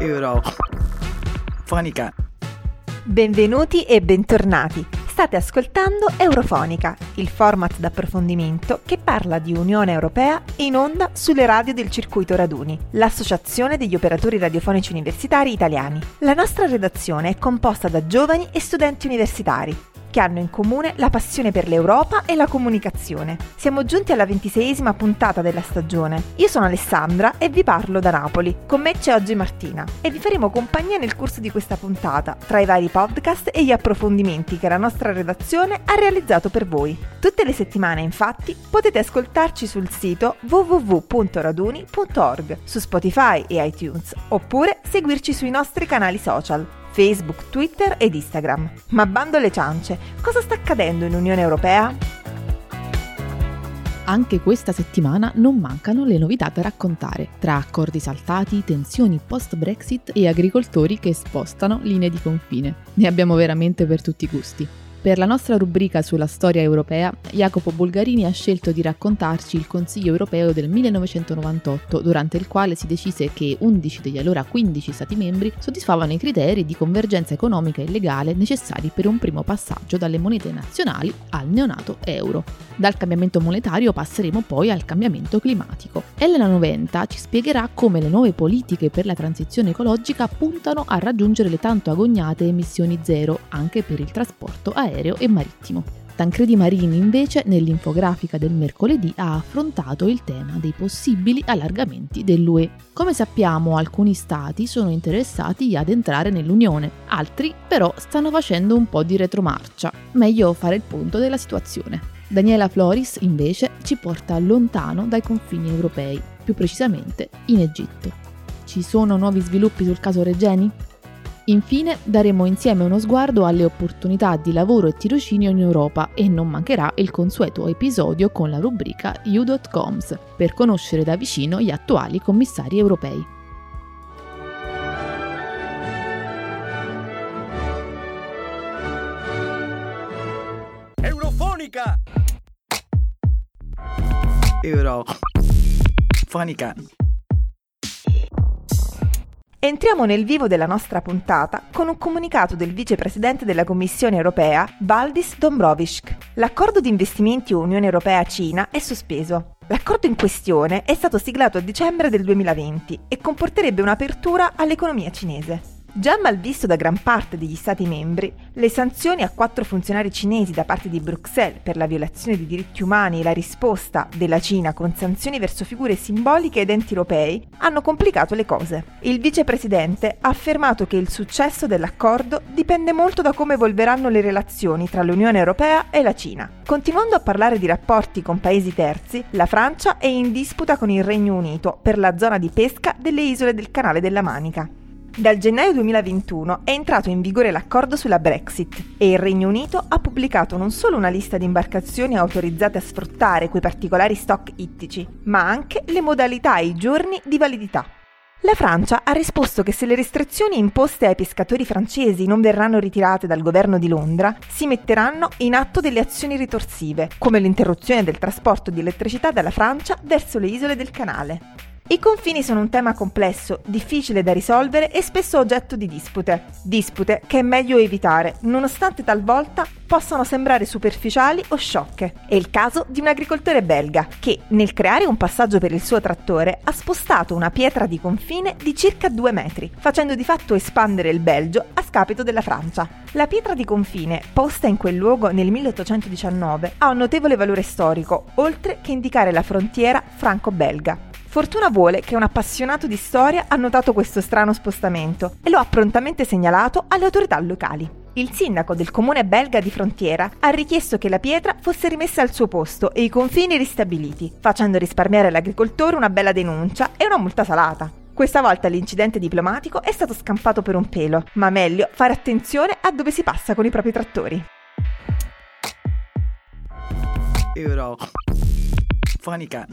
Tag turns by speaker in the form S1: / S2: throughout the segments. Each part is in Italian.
S1: Eurofonica.
S2: Benvenuti e bentornati. State ascoltando Eurofonica, il format d'approfondimento che parla di Unione Europea in onda sulle radio del Circuito Raduni, l'associazione degli operatori radiofonici universitari italiani. La nostra redazione è composta da giovani e studenti universitari che hanno in comune la passione per l'Europa e la comunicazione. Siamo giunti alla 26esima puntata della stagione. Io sono Alessandra e vi parlo da Napoli. Con me c'è oggi Martina e vi faremo compagnia nel corso di questa puntata, tra i vari podcast e gli approfondimenti che la nostra redazione ha realizzato per voi. Tutte le settimane, infatti, potete ascoltarci sul sito www.raduni.org, su Spotify e iTunes, oppure seguirci sui nostri canali social, Facebook, Twitter ed Instagram. Ma bando alle ciance, cosa sta accadendo in Unione Europea?
S3: Anche questa settimana non mancano le novità da raccontare, tra accordi saltati, tensioni post-Brexit e agricoltori che spostano linee di confine. Ne abbiamo veramente per tutti i gusti. Per la nostra rubrica sulla storia europea, Jacopo Bulgarini ha scelto di raccontarci il Consiglio europeo del 1998, durante il quale si decise che 11 degli allora 15 Stati membri soddisfavano i criteri di convergenza economica e legale necessari per un primo passaggio dalle monete nazionali al neonato euro. Dal cambiamento monetario passeremo poi al cambiamento climatico. Elena Noventa ci spiegherà come le nuove politiche per la transizione ecologica puntano a raggiungere le tanto agognate emissioni zero anche per il trasporto aereo e marittimo. Tancredi Marini invece nell'infografica del mercoledì ha affrontato il tema dei possibili allargamenti dell'UE. Come sappiamo, alcuni stati sono interessati ad entrare nell'Unione, altri però stanno facendo un po' di retromarcia. Meglio fare il punto della situazione. Daniela Floris invece ci porta lontano dai confini europei, più precisamente in Egitto. Ci sono nuovi sviluppi sul caso Regeni? Infine daremo insieme uno sguardo alle opportunità di lavoro e tirocinio in Europa e non mancherà il consueto episodio con la rubrica You.coms per conoscere da vicino gli attuali commissari europei.
S1: Eurofonica. Eurofonica.
S2: Entriamo nel vivo della nostra puntata con un comunicato del vicepresidente della Commissione europea, Valdis Dombrovskis. L'accordo di investimenti Unione Europea-Cina è sospeso. L'accordo in questione è stato siglato a dicembre del 2020 e comporterebbe un'apertura all'economia cinese. Già malvisto da gran parte degli Stati membri, le sanzioni a 4 funzionari cinesi da parte di Bruxelles per la violazione dei diritti umani e la risposta della Cina con sanzioni verso figure simboliche ed enti europei hanno complicato le cose. Il vicepresidente ha affermato che il successo dell'accordo dipende molto da come evolveranno le relazioni tra l'Unione Europea e la Cina. Continuando a parlare di rapporti con paesi terzi, la Francia è in disputa con il Regno Unito per la zona di pesca delle isole del Canale della Manica. Dal gennaio 2021 è entrato in vigore l'accordo sulla Brexit e il Regno Unito ha pubblicato non solo una lista di imbarcazioni autorizzate a sfruttare quei particolari stock ittici, ma anche le modalità e i giorni di validità. La Francia ha risposto che se le restrizioni imposte ai pescatori francesi non verranno ritirate dal governo di Londra, si metteranno in atto delle azioni ritorsive, come l'interruzione del trasporto di elettricità dalla Francia verso le isole del canale. I confini sono un tema complesso, difficile da risolvere e spesso oggetto di dispute che è meglio evitare, nonostante talvolta possano sembrare superficiali o sciocche. È il caso di un agricoltore belga che, nel creare un passaggio per il suo trattore, ha spostato una pietra di confine di circa 2 metri, facendo di fatto espandere il Belgio a scapito della Francia. La pietra di confine, posta in quel luogo nel 1819, ha un notevole valore storico, oltre che indicare la frontiera franco-belga. Fortuna vuole che un appassionato di storia ha notato questo strano spostamento e lo ha prontamente segnalato alle autorità locali. Il sindaco del comune belga di frontiera ha richiesto che la pietra fosse rimessa al suo posto e i confini ristabiliti, facendo risparmiare all'agricoltore una bella denuncia e una multa salata. Questa volta l'incidente diplomatico è stato scampato per un pelo, ma meglio fare attenzione a dove si passa con i propri trattori.
S1: Eurofonica.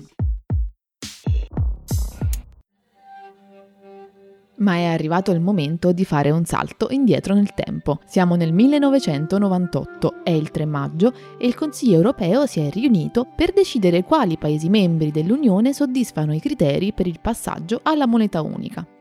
S3: Ma è arrivato il momento di fare un salto indietro nel tempo. Siamo nel 1998, è il 3 maggio e il Consiglio europeo si è riunito per decidere quali Paesi membri dell'Unione soddisfano i criteri per il passaggio alla moneta unica.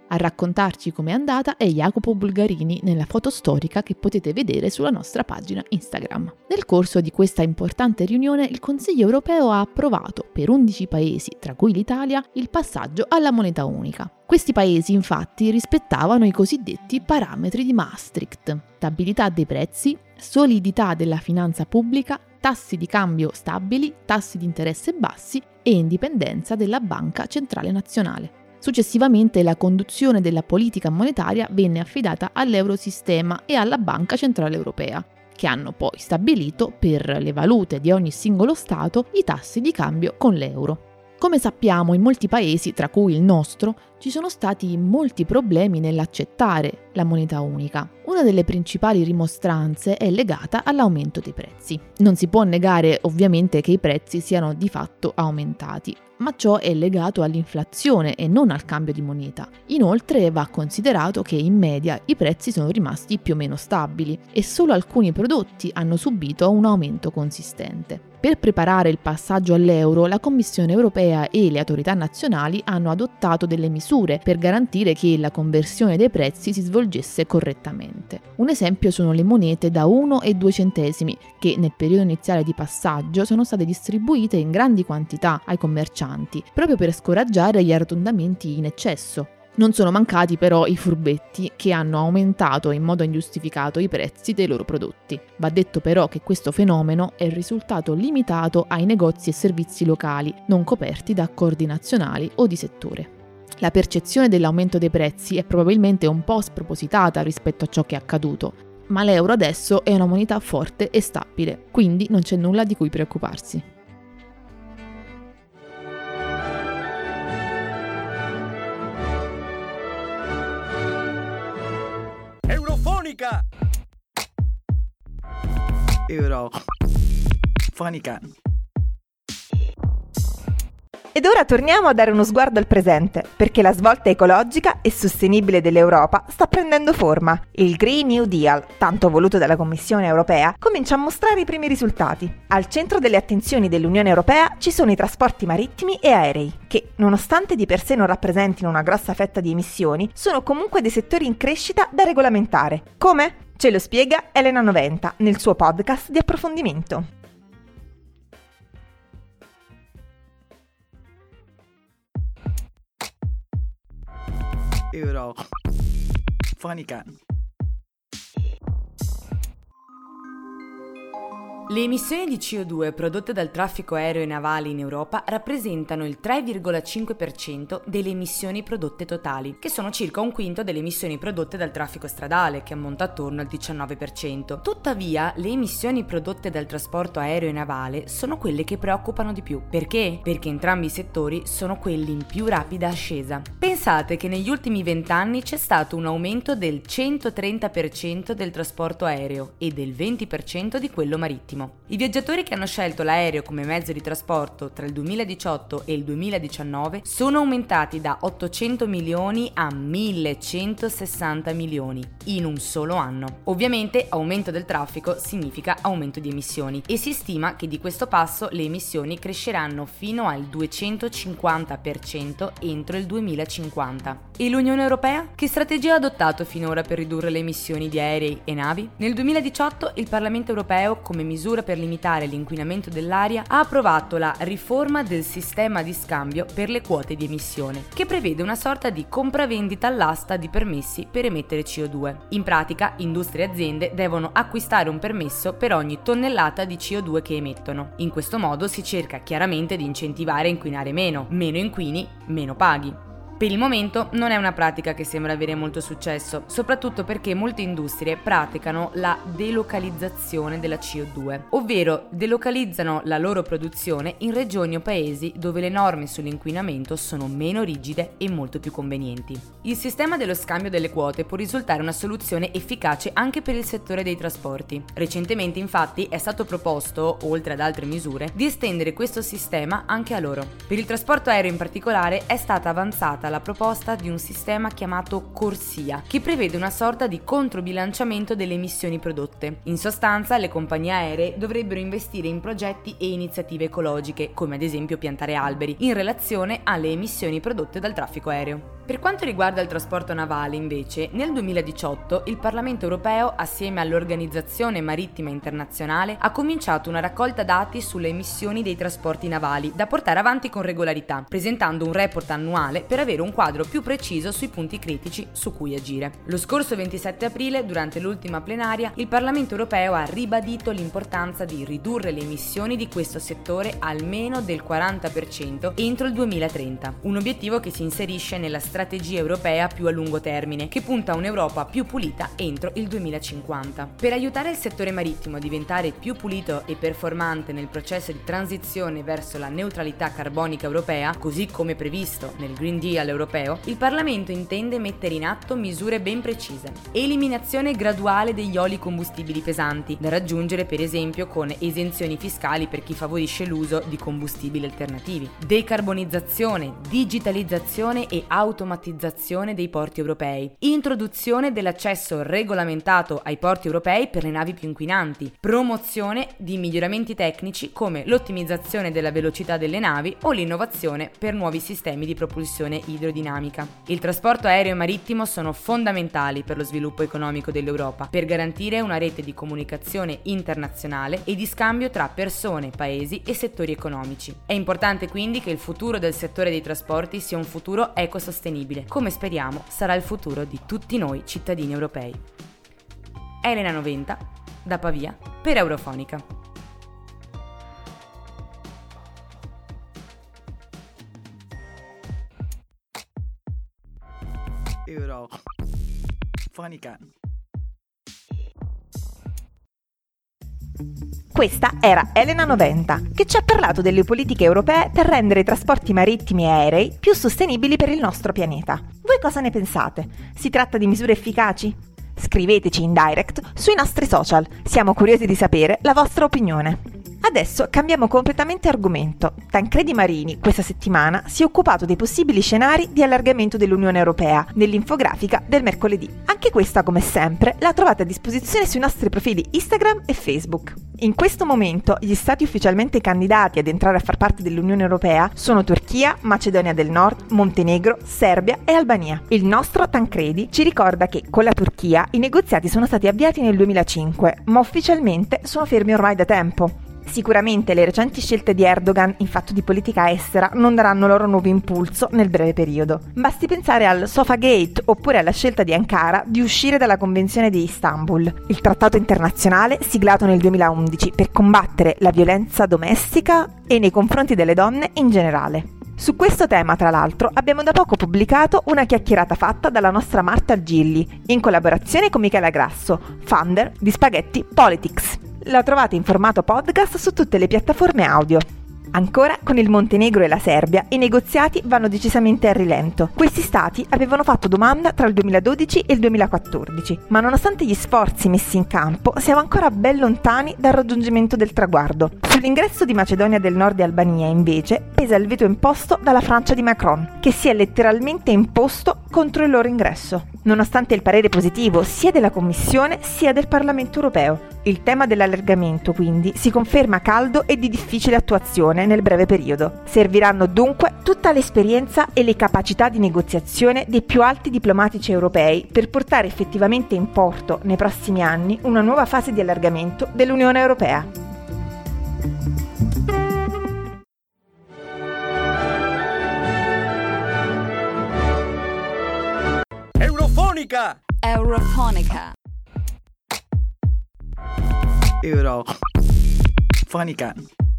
S3: A raccontarci com'è andata è Jacopo Bulgarini nella foto storica che potete vedere sulla nostra pagina Instagram. Nel corso di questa importante riunione il Consiglio europeo ha approvato per 11 paesi, tra cui l'Italia, il passaggio alla moneta unica. Questi paesi infatti rispettavano i cosiddetti parametri di Maastricht: stabilità dei prezzi, solidità della finanza pubblica, tassi di cambio stabili, tassi di interesse bassi e indipendenza della Banca Centrale Nazionale. Successivamente la conduzione della politica monetaria venne affidata all'Eurosistema e alla Banca Centrale Europea, che hanno poi stabilito per le valute di ogni singolo Stato i tassi di cambio con l'euro. Come sappiamo, in molti paesi, tra cui il nostro, ci sono stati molti problemi nell'accettare la moneta unica. Una delle principali rimostranze è legata all'aumento dei prezzi. Non si può negare ovviamente che i prezzi siano di fatto aumentati, ma ciò è legato all'inflazione e non al cambio di moneta. Inoltre va considerato che in media i prezzi sono rimasti più o meno stabili e solo alcuni prodotti hanno subito un aumento consistente. Per preparare il passaggio all'euro, la Commissione europea e le autorità nazionali hanno adottato delle misure per garantire che la conversione dei prezzi si svolgesse correttamente. Un esempio sono le monete da 1 e 2 centesimi, che nel periodo iniziale di passaggio sono state distribuite in grandi quantità ai commercianti, proprio per scoraggiare gli arrotondamenti in eccesso. Non sono mancati però i furbetti che hanno aumentato in modo ingiustificato i prezzi dei loro prodotti. Va detto però che questo fenomeno è risultato limitato ai negozi e servizi locali, non coperti da accordi nazionali o di settore. La percezione dell'aumento dei prezzi è probabilmente un po' spropositata rispetto a ciò che è accaduto, ma l'euro adesso è una moneta forte e stabile, quindi non c'è nulla di cui preoccuparsi.
S4: Eurofonica!
S1: Eurofonica.
S2: Ed ora torniamo a dare uno sguardo al presente, perché la svolta ecologica e sostenibile dell'Europa sta prendendo forma. Il Green New Deal, tanto voluto dalla Commissione europea, comincia a mostrare i primi risultati. Al centro delle attenzioni dell'Unione europea ci sono i trasporti marittimi e aerei, che, nonostante di per sé non rappresentino una grossa fetta di emissioni, sono comunque dei settori in crescita da regolamentare. Come? Ce lo spiega Elena Noventa nel suo podcast di approfondimento.
S1: Eurofonica.
S5: Le emissioni di CO2 prodotte dal traffico aereo e navale in Europa rappresentano il 3,5% delle emissioni prodotte totali, che sono circa un quinto delle emissioni prodotte dal traffico stradale, che ammonta attorno al 19%. Tuttavia, le emissioni prodotte dal trasporto aereo e navale sono quelle che preoccupano di più. Perché? Perché entrambi i settori sono quelli in più rapida ascesa. Pensate che negli ultimi 20 anni c'è stato un aumento del 130% del trasporto aereo e del 20% di quello marittimo. I viaggiatori che hanno scelto l'aereo come mezzo di trasporto tra il 2018 e il 2019 sono aumentati da 800 milioni a 1160 milioni in un solo anno. Ovviamente aumento del traffico significa aumento di emissioni e si stima che di questo passo le emissioni cresceranno fino al 250% entro il 2050. E l'Unione Europea? Che strategia ha adottato finora per ridurre le emissioni di aerei e navi? Nel 2018 il Parlamento Europeo, come misura per limitare l'inquinamento dell'aria, ha approvato la riforma del sistema di scambio per le quote di emissione, che prevede una sorta di compravendita all'asta di permessi per emettere CO2. In pratica, industrie e aziende devono acquistare un permesso per ogni tonnellata di CO2 che emettono. In questo modo si cerca chiaramente di incentivare a inquinare meno inquini, meno paghi. Per il momento non è una pratica che sembra avere molto successo, soprattutto perché molte industrie praticano la delocalizzazione della CO2, ovvero delocalizzano la loro produzione in regioni o paesi dove le norme sull'inquinamento sono meno rigide e molto più convenienti. Il sistema dello scambio delle quote può risultare una soluzione efficace anche per il settore dei trasporti. Recentemente, infatti, è stato proposto, oltre ad altre misure, di estendere questo sistema anche a loro. Per il trasporto aereo in particolare è stata avanzata la proposta di un sistema chiamato corsia, che prevede una sorta di controbilanciamento delle emissioni prodotte. In sostanza, le compagnie aeree dovrebbero investire in progetti e iniziative ecologiche, come ad esempio piantare alberi, in relazione alle emissioni prodotte dal traffico aereo. Per quanto riguarda il trasporto navale, invece, nel 2018 il Parlamento europeo, assieme all'Organizzazione Marittima Internazionale, ha cominciato una raccolta dati sulle emissioni dei trasporti navali da portare avanti con regolarità, presentando un report annuale per avere un quadro più preciso sui punti critici su cui agire. Lo scorso 27 aprile, durante l'ultima plenaria, il Parlamento europeo ha ribadito l'importanza di ridurre le emissioni di questo settore almeno del 40% entro il 2030, un obiettivo che si inserisce nella strategia europea più a lungo termine, che punta a un'Europa più pulita entro il 2050. Per aiutare il settore marittimo a diventare più pulito e performante nel processo di transizione verso la neutralità carbonica europea, così come previsto nel Green Deal europeo, il Parlamento intende mettere in atto misure ben precise. Eliminazione graduale degli oli combustibili pesanti, da raggiungere per esempio con esenzioni fiscali per chi favorisce l'uso di combustibili alternativi. Decarbonizzazione, digitalizzazione e automatizzazione dei porti europei, introduzione dell'accesso regolamentato ai porti europei per le navi più inquinanti, promozione di miglioramenti tecnici come l'ottimizzazione della velocità delle navi o l'innovazione per nuovi sistemi di propulsione idrodinamica. Il trasporto aereo e marittimo sono fondamentali per lo sviluppo economico dell'Europa, per garantire una rete di comunicazione internazionale e di scambio tra persone, paesi e settori economici. È importante quindi che il futuro del settore dei trasporti sia un futuro ecosostenibile, come speriamo sarà il futuro di tutti noi cittadini europei. Elena Noventa, da Pavia, per Eurofonica.
S1: Eurofonica.
S2: Questa era Elena Noventa, che ci ha parlato delle politiche europee per rendere i trasporti marittimi e aerei più sostenibili per il nostro pianeta. Voi cosa ne pensate? Si tratta di misure efficaci? Scriveteci in direct sui nostri social, siamo curiosi di sapere la vostra opinione. Adesso cambiamo completamente argomento. Tancredi Marini questa settimana si è occupato dei possibili scenari di allargamento dell'Unione Europea nell'infografica del mercoledì. Anche questa, come sempre, la trovate a disposizione sui nostri profili Instagram e Facebook. In questo momento gli stati ufficialmente candidati ad entrare a far parte dell'Unione Europea sono Turchia, Macedonia del Nord, Montenegro, Serbia e Albania. Il nostro Tancredi ci ricorda che con la Turchia i negoziati sono stati avviati nel 2005, ma ufficialmente sono fermi ormai da tempo. Sicuramente le recenti scelte di Erdogan in fatto di politica estera non daranno loro nuovo impulso nel breve periodo. Basti pensare al Sofagate oppure alla scelta di Ankara di uscire dalla Convenzione di Istanbul, il trattato internazionale siglato nel 2011 per combattere la violenza domestica e nei confronti delle donne in generale. Su questo tema, tra l'altro, abbiamo da poco pubblicato una chiacchierata fatta dalla nostra Marta Gilli, in collaborazione con Michela Grasso, founder di Spaghetti Politics. La trovate in formato podcast su tutte le piattaforme audio. Ancora, con il Montenegro e la Serbia, i negoziati vanno decisamente a rilento. Questi stati avevano fatto domanda tra il 2012 e il 2014, ma nonostante gli sforzi messi in campo, siamo ancora ben lontani dal raggiungimento del traguardo. Sull'ingresso di Macedonia del Nord e Albania, invece, pesa il veto imposto dalla Francia di Macron, che si è letteralmente imposto contro il loro ingresso, nonostante il parere positivo sia della Commissione sia del Parlamento europeo. Il tema dell'allargamento, quindi, si conferma caldo e di difficile attuazione nel breve periodo. Serviranno dunque tutta l'esperienza e le capacità di negoziazione dei più alti diplomatici europei per portare effettivamente in porto nei prossimi anni una nuova fase di allargamento dell'Unione Europea.
S4: Eurofonica.
S6: Eurofonica.
S1: Eurofonica.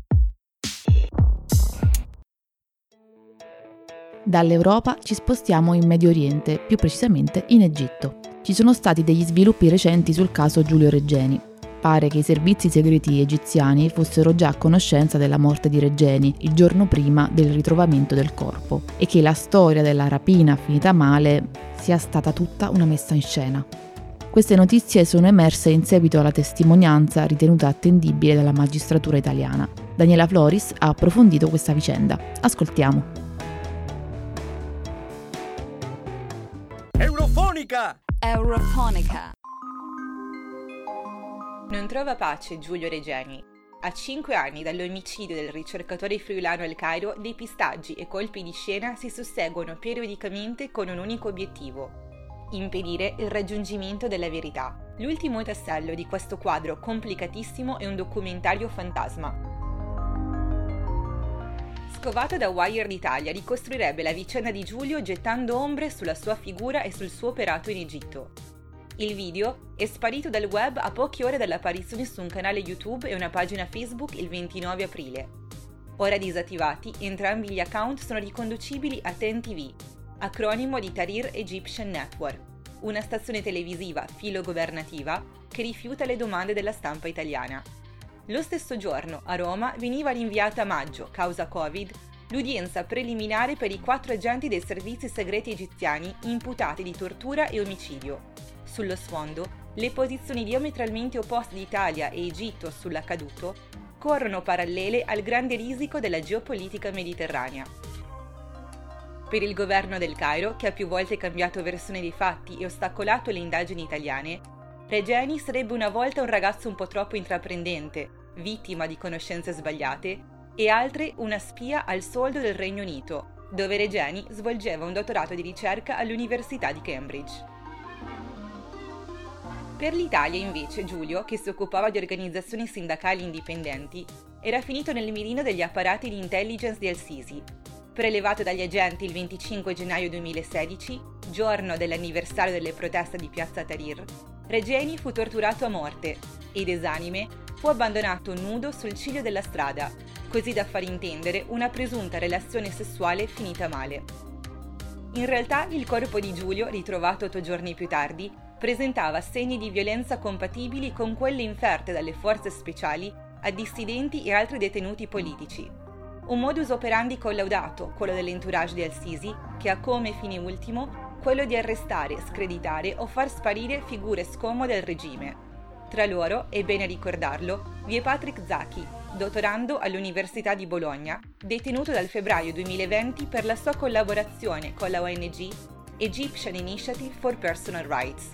S3: Dall'Europa ci spostiamo in Medio Oriente, più precisamente in Egitto. Ci sono stati degli sviluppi recenti sul caso Giulio Regeni. Pare che i servizi segreti egiziani fossero già a conoscenza della morte di Regeni il giorno prima del ritrovamento del corpo e che la storia della rapina finita male sia stata tutta una messa in scena. Queste notizie sono emerse in seguito alla testimonianza ritenuta attendibile dalla magistratura italiana. Daniela Floris ha approfondito questa vicenda. Ascoltiamo.
S4: Eurofonica.
S6: Eurofonica.
S7: Non trova pace Giulio Regeni.
S2: A 5 anni dall'omicidio del ricercatore friulano El Cairo, depistaggi e colpi di scena si susseguono periodicamente con un unico obiettivo: impedire il raggiungimento della verità. L'ultimo tassello di questo quadro complicatissimo è un documentario fantasma. Scovato da Wired Italia, ricostruirebbe la vicenda di Giulio gettando ombre sulla sua figura e sul suo operato in Egitto. Il video è sparito dal web a poche ore dall'apparizione su un canale YouTube e una pagina Facebook il 29 aprile. Ora disattivati, entrambi gli account sono riconducibili a TEN-TV, acronimo di Tahrir Egyptian Network, una stazione televisiva filogovernativa che rifiuta le domande della stampa italiana. Lo stesso giorno, a Roma, veniva rinviata a maggio, causa Covid, l'udienza preliminare per i 4 agenti dei servizi segreti egiziani imputati di tortura e omicidio. Sullo sfondo, le posizioni diametralmente opposte di Italia e Egitto sull'accaduto corrono parallele al grande risico della geopolitica mediterranea. Per il governo del Cairo, che ha più volte cambiato versione dei fatti e ostacolato le indagini italiane, Regeni sarebbe una volta un ragazzo un po' troppo intraprendente, vittima di conoscenze sbagliate, e altre una spia al soldo del Regno Unito, dove Regeni svolgeva un dottorato di ricerca all'Università di Cambridge. Per l'Italia, invece, Giulio, che si occupava di organizzazioni sindacali indipendenti, era finito nel mirino degli apparati di intelligence di al-Sisi. Prelevato dagli agenti il 25 gennaio 2016, giorno dell'anniversario delle proteste di Piazza Tahrir, Regeni fu torturato a morte ed esanime fu abbandonato nudo sul ciglio della strada, così da far intendere una presunta relazione sessuale finita male. In realtà il corpo di Giulio, ritrovato 8 giorni più tardi, presentava segni di violenza compatibili con quelle inferte dalle forze speciali a dissidenti e altri detenuti politici. Un modus operandi collaudato, quello dell'entourage di al-Sisi, che ha come fine ultimo quello di arrestare, screditare o far sparire figure scomode al regime. Tra loro, è bene ricordarlo, vi è Patrick Zaki, dottorando all'Università di Bologna, detenuto dal febbraio 2020 per la sua collaborazione con la ONG Egyptian Initiative for Personal Rights.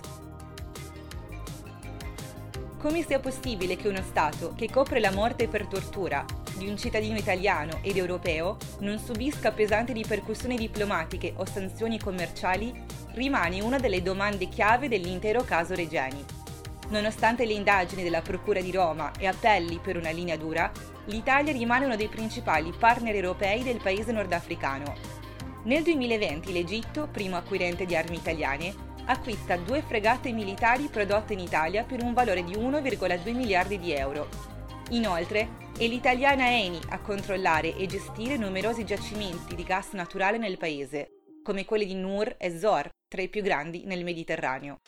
S2: Come sia possibile che uno Stato che copre la morte per tortura di un cittadino italiano ed europeo non subisca pesanti ripercussioni diplomatiche o sanzioni commerciali rimane una delle domande chiave dell'intero caso Regeni. Nonostante le indagini della Procura di Roma e appelli per una linea dura, l'Italia rimane uno dei principali partner europei del paese nordafricano. Nel 2020 l'Egitto, primo acquirente di armi italiane, acquista 2 fregate militari prodotte in Italia per un valore di 1,2 miliardi di euro. Inoltre, è l'italiana Eni a controllare e gestire numerosi giacimenti di gas naturale nel paese, come quelli di Nur e Zohr, tra i più grandi nel Mediterraneo.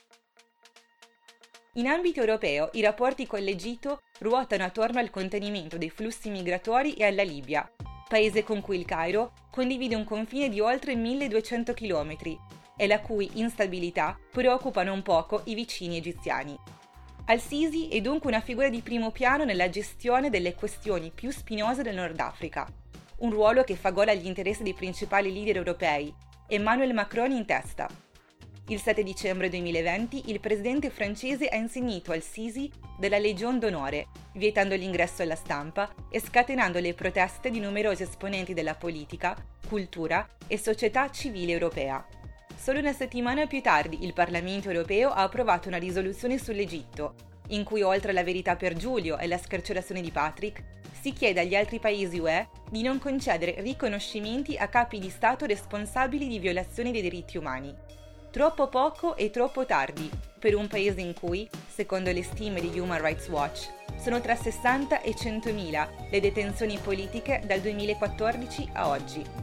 S2: In ambito europeo, i rapporti con l'Egitto ruotano attorno al contenimento dei flussi migratori e alla Libia, paese con cui il Cairo condivide un confine di oltre 1200 km e la cui instabilità preoccupa non poco i vicini egiziani. Al-Sisi è dunque una figura di primo piano nella gestione delle questioni più spinose del Nord Africa, un ruolo che fa gola agli interessi dei principali leader europei, Emmanuel Macron in testa. Il 7 dicembre 2020 il presidente francese ha insignito al-Sisi della Legion d'Onore, vietando l'ingresso alla stampa e scatenando le proteste di numerosi esponenti della politica, cultura e società civile europea. Solo una settimana più tardi il Parlamento europeo ha approvato una risoluzione sull'Egitto, in cui oltre alla verità per Giulio e la scarcerazione di Patrick, si chiede agli altri paesi UE di non concedere riconoscimenti a capi di Stato responsabili di violazioni dei diritti umani. Troppo poco e troppo tardi per un paese in cui, secondo le stime di Human Rights Watch, sono tra 60 e 100.000 le detenzioni politiche dal 2014 a oggi.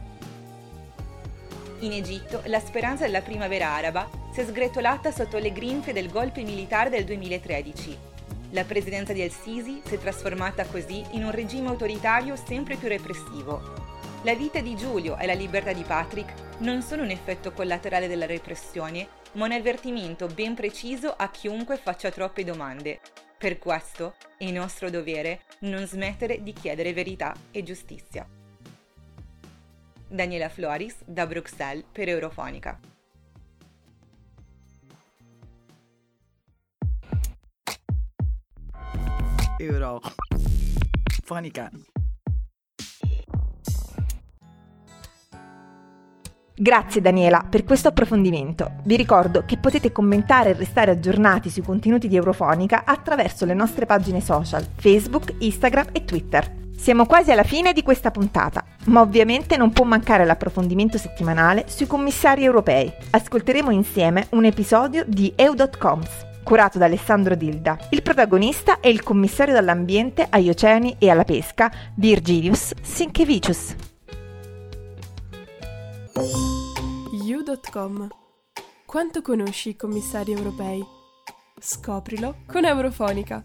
S2: In Egitto, la speranza della primavera araba si è sgretolata sotto le grinfie del golpe militare del 2013. La presidenza di al-Sisi si è trasformata così in un regime autoritario sempre più repressivo. La vita di Giulio e la libertà di Patrick non sono un effetto collaterale della repressione, ma un avvertimento ben preciso a chiunque faccia troppe domande. Per questo è nostro dovere non smettere di chiedere verità e giustizia. Daniela Floris, da Bruxelles, per Eurofonica.
S1: Fonica.
S2: Grazie Daniela per questo approfondimento. Vi ricordo che potete commentare e restare aggiornati sui contenuti di Eurofonica attraverso le nostre pagine social, Facebook, Instagram e Twitter. Siamo quasi alla fine di questa puntata, ma ovviamente non può mancare l'approfondimento settimanale sui commissari europei. Ascolteremo insieme un episodio di EU.coms, curato da Alessandro Dilda. Il protagonista è il commissario dall'ambiente, agli oceani e alla pesca, Virginijus Sinkevicius.
S6: EU.com. Quanto conosci i commissari europei? Scoprilo con Eurofonica.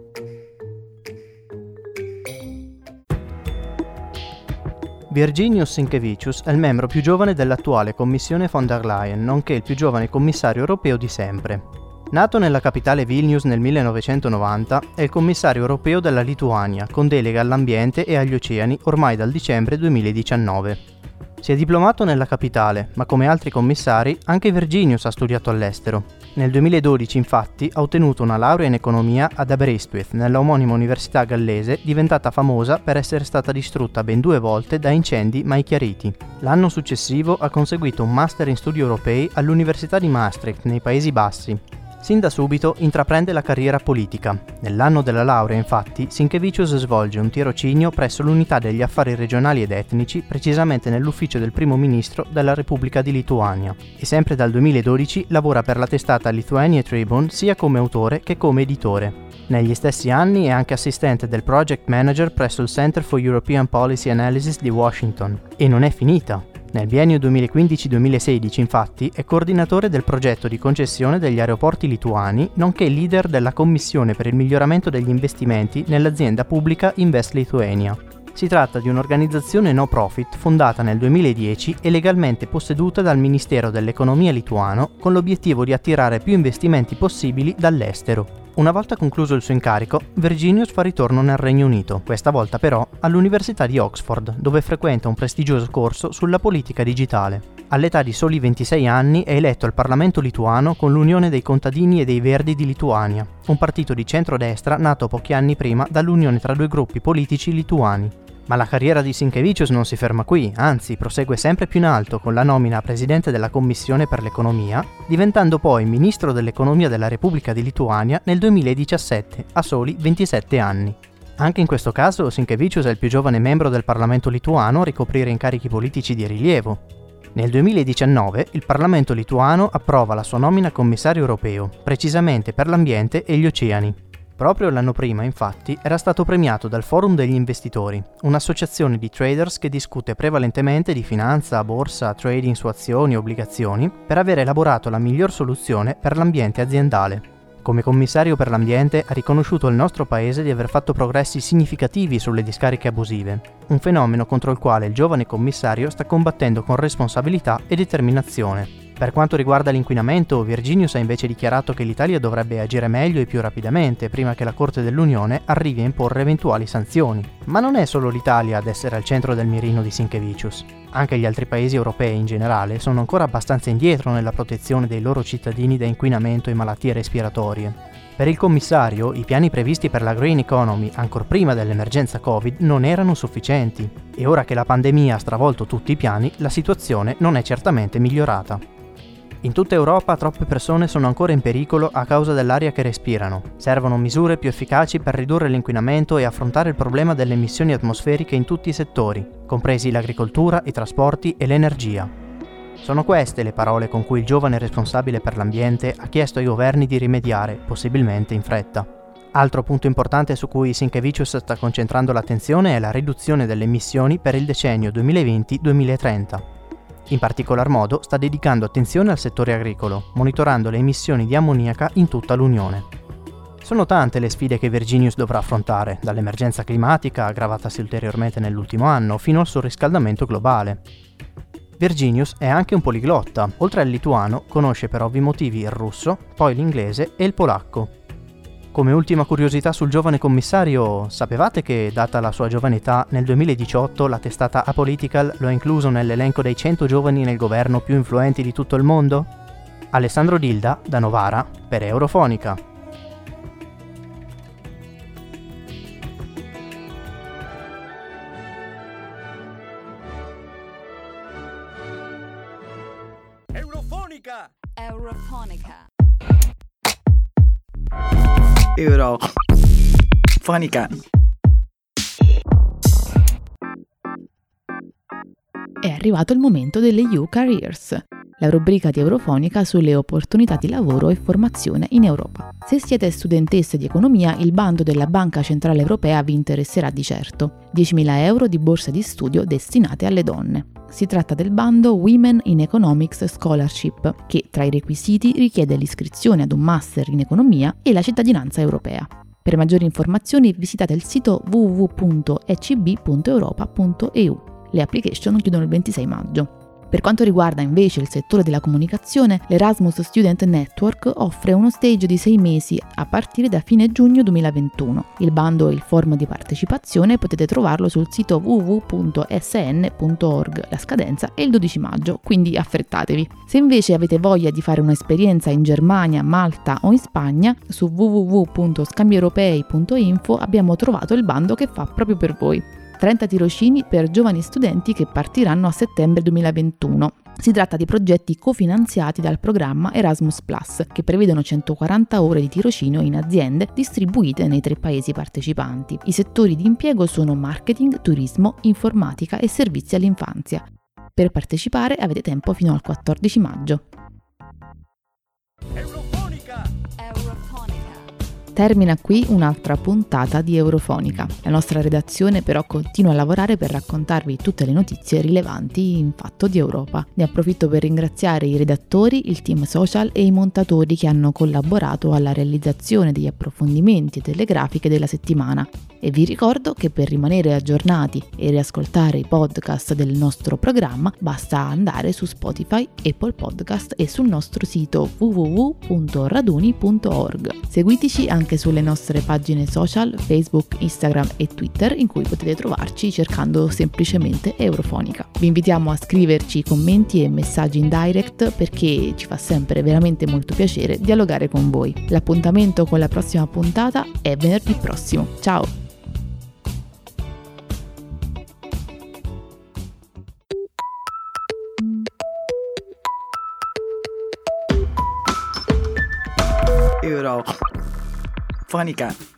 S7: Virginijus Sinkevicius è il membro più giovane dell'attuale Commissione von der Leyen, nonché il più giovane commissario europeo di sempre. Nato nella capitale Vilnius nel 1990, è il commissario europeo della Lituania, con delega all'ambiente e agli oceani ormai dal dicembre 2019. Si è diplomato nella capitale, ma come altri commissari, anche Virginijus ha studiato all'estero. Nel 2012, infatti, ha ottenuto una laurea in economia ad Aberystwyth, nella omonima università gallese, diventata famosa per essere stata distrutta ben 2 volte da incendi mai chiariti. L'anno successivo ha conseguito un master in studi europei all'Università di Maastricht, nei Paesi Bassi. Sin da subito intraprende la carriera politica. Nell'anno della laurea, infatti, Sinkevicius svolge un tirocinio presso l'Unità degli Affari Regionali ed Etnici, precisamente nell'ufficio del Primo Ministro della Repubblica di Lituania. E sempre dal 2012 lavora per la testata Lithuania Tribune sia come autore che come editore. Negli stessi anni è anche assistente del Project Manager presso il Center for European Policy Analysis di Washington. E non è finita. Nel biennio 2015-2016, infatti, è coordinatore del progetto di concessione degli aeroporti lituani, nonché leader della Commissione per il miglioramento degli investimenti nell'azienda pubblica Invest Lithuania. Si tratta di un'organizzazione no profit fondata nel 2010 e legalmente posseduta dal Ministero dell'Economia lituano con l'obiettivo di attirare più investimenti possibili dall'estero. Una volta concluso il suo incarico, Virginijus fa ritorno nel Regno Unito, questa volta però all'Università di Oxford, dove frequenta un prestigioso corso sulla politica digitale. All'età di soli 26 anni è eletto al Parlamento lituano con l'Unione dei Contadini e dei Verdi di Lituania, un partito di centrodestra nato pochi anni prima dall'unione tra 2 gruppi politici lituani. Ma la carriera di Sinkevicius non si ferma qui, anzi prosegue sempre più in alto con la nomina a presidente della Commissione per l'Economia, diventando poi ministro dell'Economia della Repubblica di Lituania nel 2017, a soli 27 anni. Anche in questo caso Sinkevicius è il più giovane membro del Parlamento lituano a ricoprire incarichi politici di rilievo. Nel 2019 il Parlamento lituano approva la sua nomina a commissario europeo, precisamente per l'ambiente e gli oceani. Proprio l'anno prima, infatti, era stato premiato dal Forum degli Investitori, un'associazione di traders che discute prevalentemente di finanza, borsa, trading su azioni e obbligazioni, per aver elaborato la miglior soluzione per l'ambiente aziendale. Come commissario per l'ambiente ha riconosciuto al nostro paese di aver fatto progressi significativi sulle discariche abusive, un fenomeno contro il quale il giovane commissario sta combattendo con responsabilità e determinazione. Per quanto riguarda l'inquinamento, Virginijus ha invece dichiarato che l'Italia dovrebbe agire meglio e più rapidamente prima che la Corte dell'Unione arrivi a imporre eventuali sanzioni. Ma non è solo l'Italia ad essere al centro del mirino di Sinkevicius. Anche gli altri paesi europei in generale sono ancora abbastanza indietro nella protezione dei loro cittadini da inquinamento e malattie respiratorie. Per il commissario, i piani previsti per la Green Economy, ancor prima dell'emergenza Covid, non erano sufficienti. E ora che la pandemia ha stravolto tutti i piani, la situazione non è certamente migliorata. In tutta Europa troppe persone sono ancora in pericolo a causa dell'aria che respirano. Servono misure più efficaci per ridurre l'inquinamento e affrontare il problema delle emissioni atmosferiche in tutti i settori, compresi l'agricoltura, i trasporti e l'energia. Sono queste le parole con cui il giovane responsabile per l'ambiente ha chiesto ai governi di rimediare, possibilmente in fretta. Altro punto importante su cui Sinkevicius sta concentrando l'attenzione è la riduzione delle emissioni per il decennio 2020-2030. In particolar modo sta dedicando attenzione al settore agricolo, monitorando le emissioni di ammoniaca in tutta l'Unione. Sono tante le sfide che Virginijus dovrà affrontare, dall'emergenza climatica, aggravatasi ulteriormente nell'ultimo anno, fino al surriscaldamento globale. Virginijus è anche un poliglotta, oltre al lituano conosce per ovvi motivi il russo, poi l'inglese e il polacco. Come ultima curiosità sul giovane commissario, sapevate che, data la sua giovane età, nel 2018 la testata Apolitical lo ha incluso nell'elenco dei 100 giovani nel governo più influenti di tutto il mondo? Alessandro Dilda, da Novara, per Eurofonica.
S4: Eurofonica.
S8: Eurofonica.
S1: Eurofonica.
S3: È arrivato il momento delle U-Careers, la rubrica di Eurofonica sulle opportunità di lavoro e formazione in Europa. Se siete studentesse di economia, il bando della Banca Centrale Europea vi interesserà di certo. 10.000 euro di borse di studio destinate alle donne. Si tratta del bando Women in Economics Scholarship, che tra i requisiti richiede l'iscrizione ad un master in economia e la cittadinanza europea. Per maggiori informazioni visitate il sito www.ecb.europa.eu. Le application chiudono il 26 maggio. Per quanto riguarda invece il settore della comunicazione, l'Erasmus Student Network offre uno stage di 6 mesi a partire da fine giugno 2021. Il bando e il form di partecipazione potete trovarlo sul sito www.sn.org. La scadenza è il 12 maggio, quindi affrettatevi. Se invece avete voglia di fare un'esperienza in Germania, Malta o in Spagna, su www.scambieuropei.info abbiamo trovato il bando che fa proprio per voi. 30 tirocini per giovani studenti che partiranno a settembre 2021. Si tratta di progetti cofinanziati dal programma Erasmus+, che prevedono 140 ore di tirocinio in aziende distribuite nei 3 paesi partecipanti. I settori di impiego sono marketing, turismo, informatica e servizi all'infanzia. Per partecipare avete tempo fino al 14 maggio.
S4: Eurofonica.
S3: Termina qui un'altra puntata di Eurofonica. La nostra redazione però continua a lavorare per raccontarvi tutte le notizie rilevanti in fatto di Europa. Ne approfitto per ringraziare i redattori, il team social e i montatori che hanno collaborato alla realizzazione degli approfondimenti e delle grafiche della settimana. E vi ricordo che per rimanere aggiornati e riascoltare i podcast del nostro programma basta andare su Spotify, Apple Podcast e sul nostro sito www.raduni.org. Seguiteci anche sulle nostre pagine social, Facebook, Instagram e Twitter, in cui potete trovarci cercando semplicemente Eurofonica. Vi invitiamo a scriverci commenti e messaggi in direct perché ci fa sempre veramente molto piacere dialogare con voi. L'appuntamento con la prossima puntata è venerdì prossimo. Ciao!
S1: Eurofonica.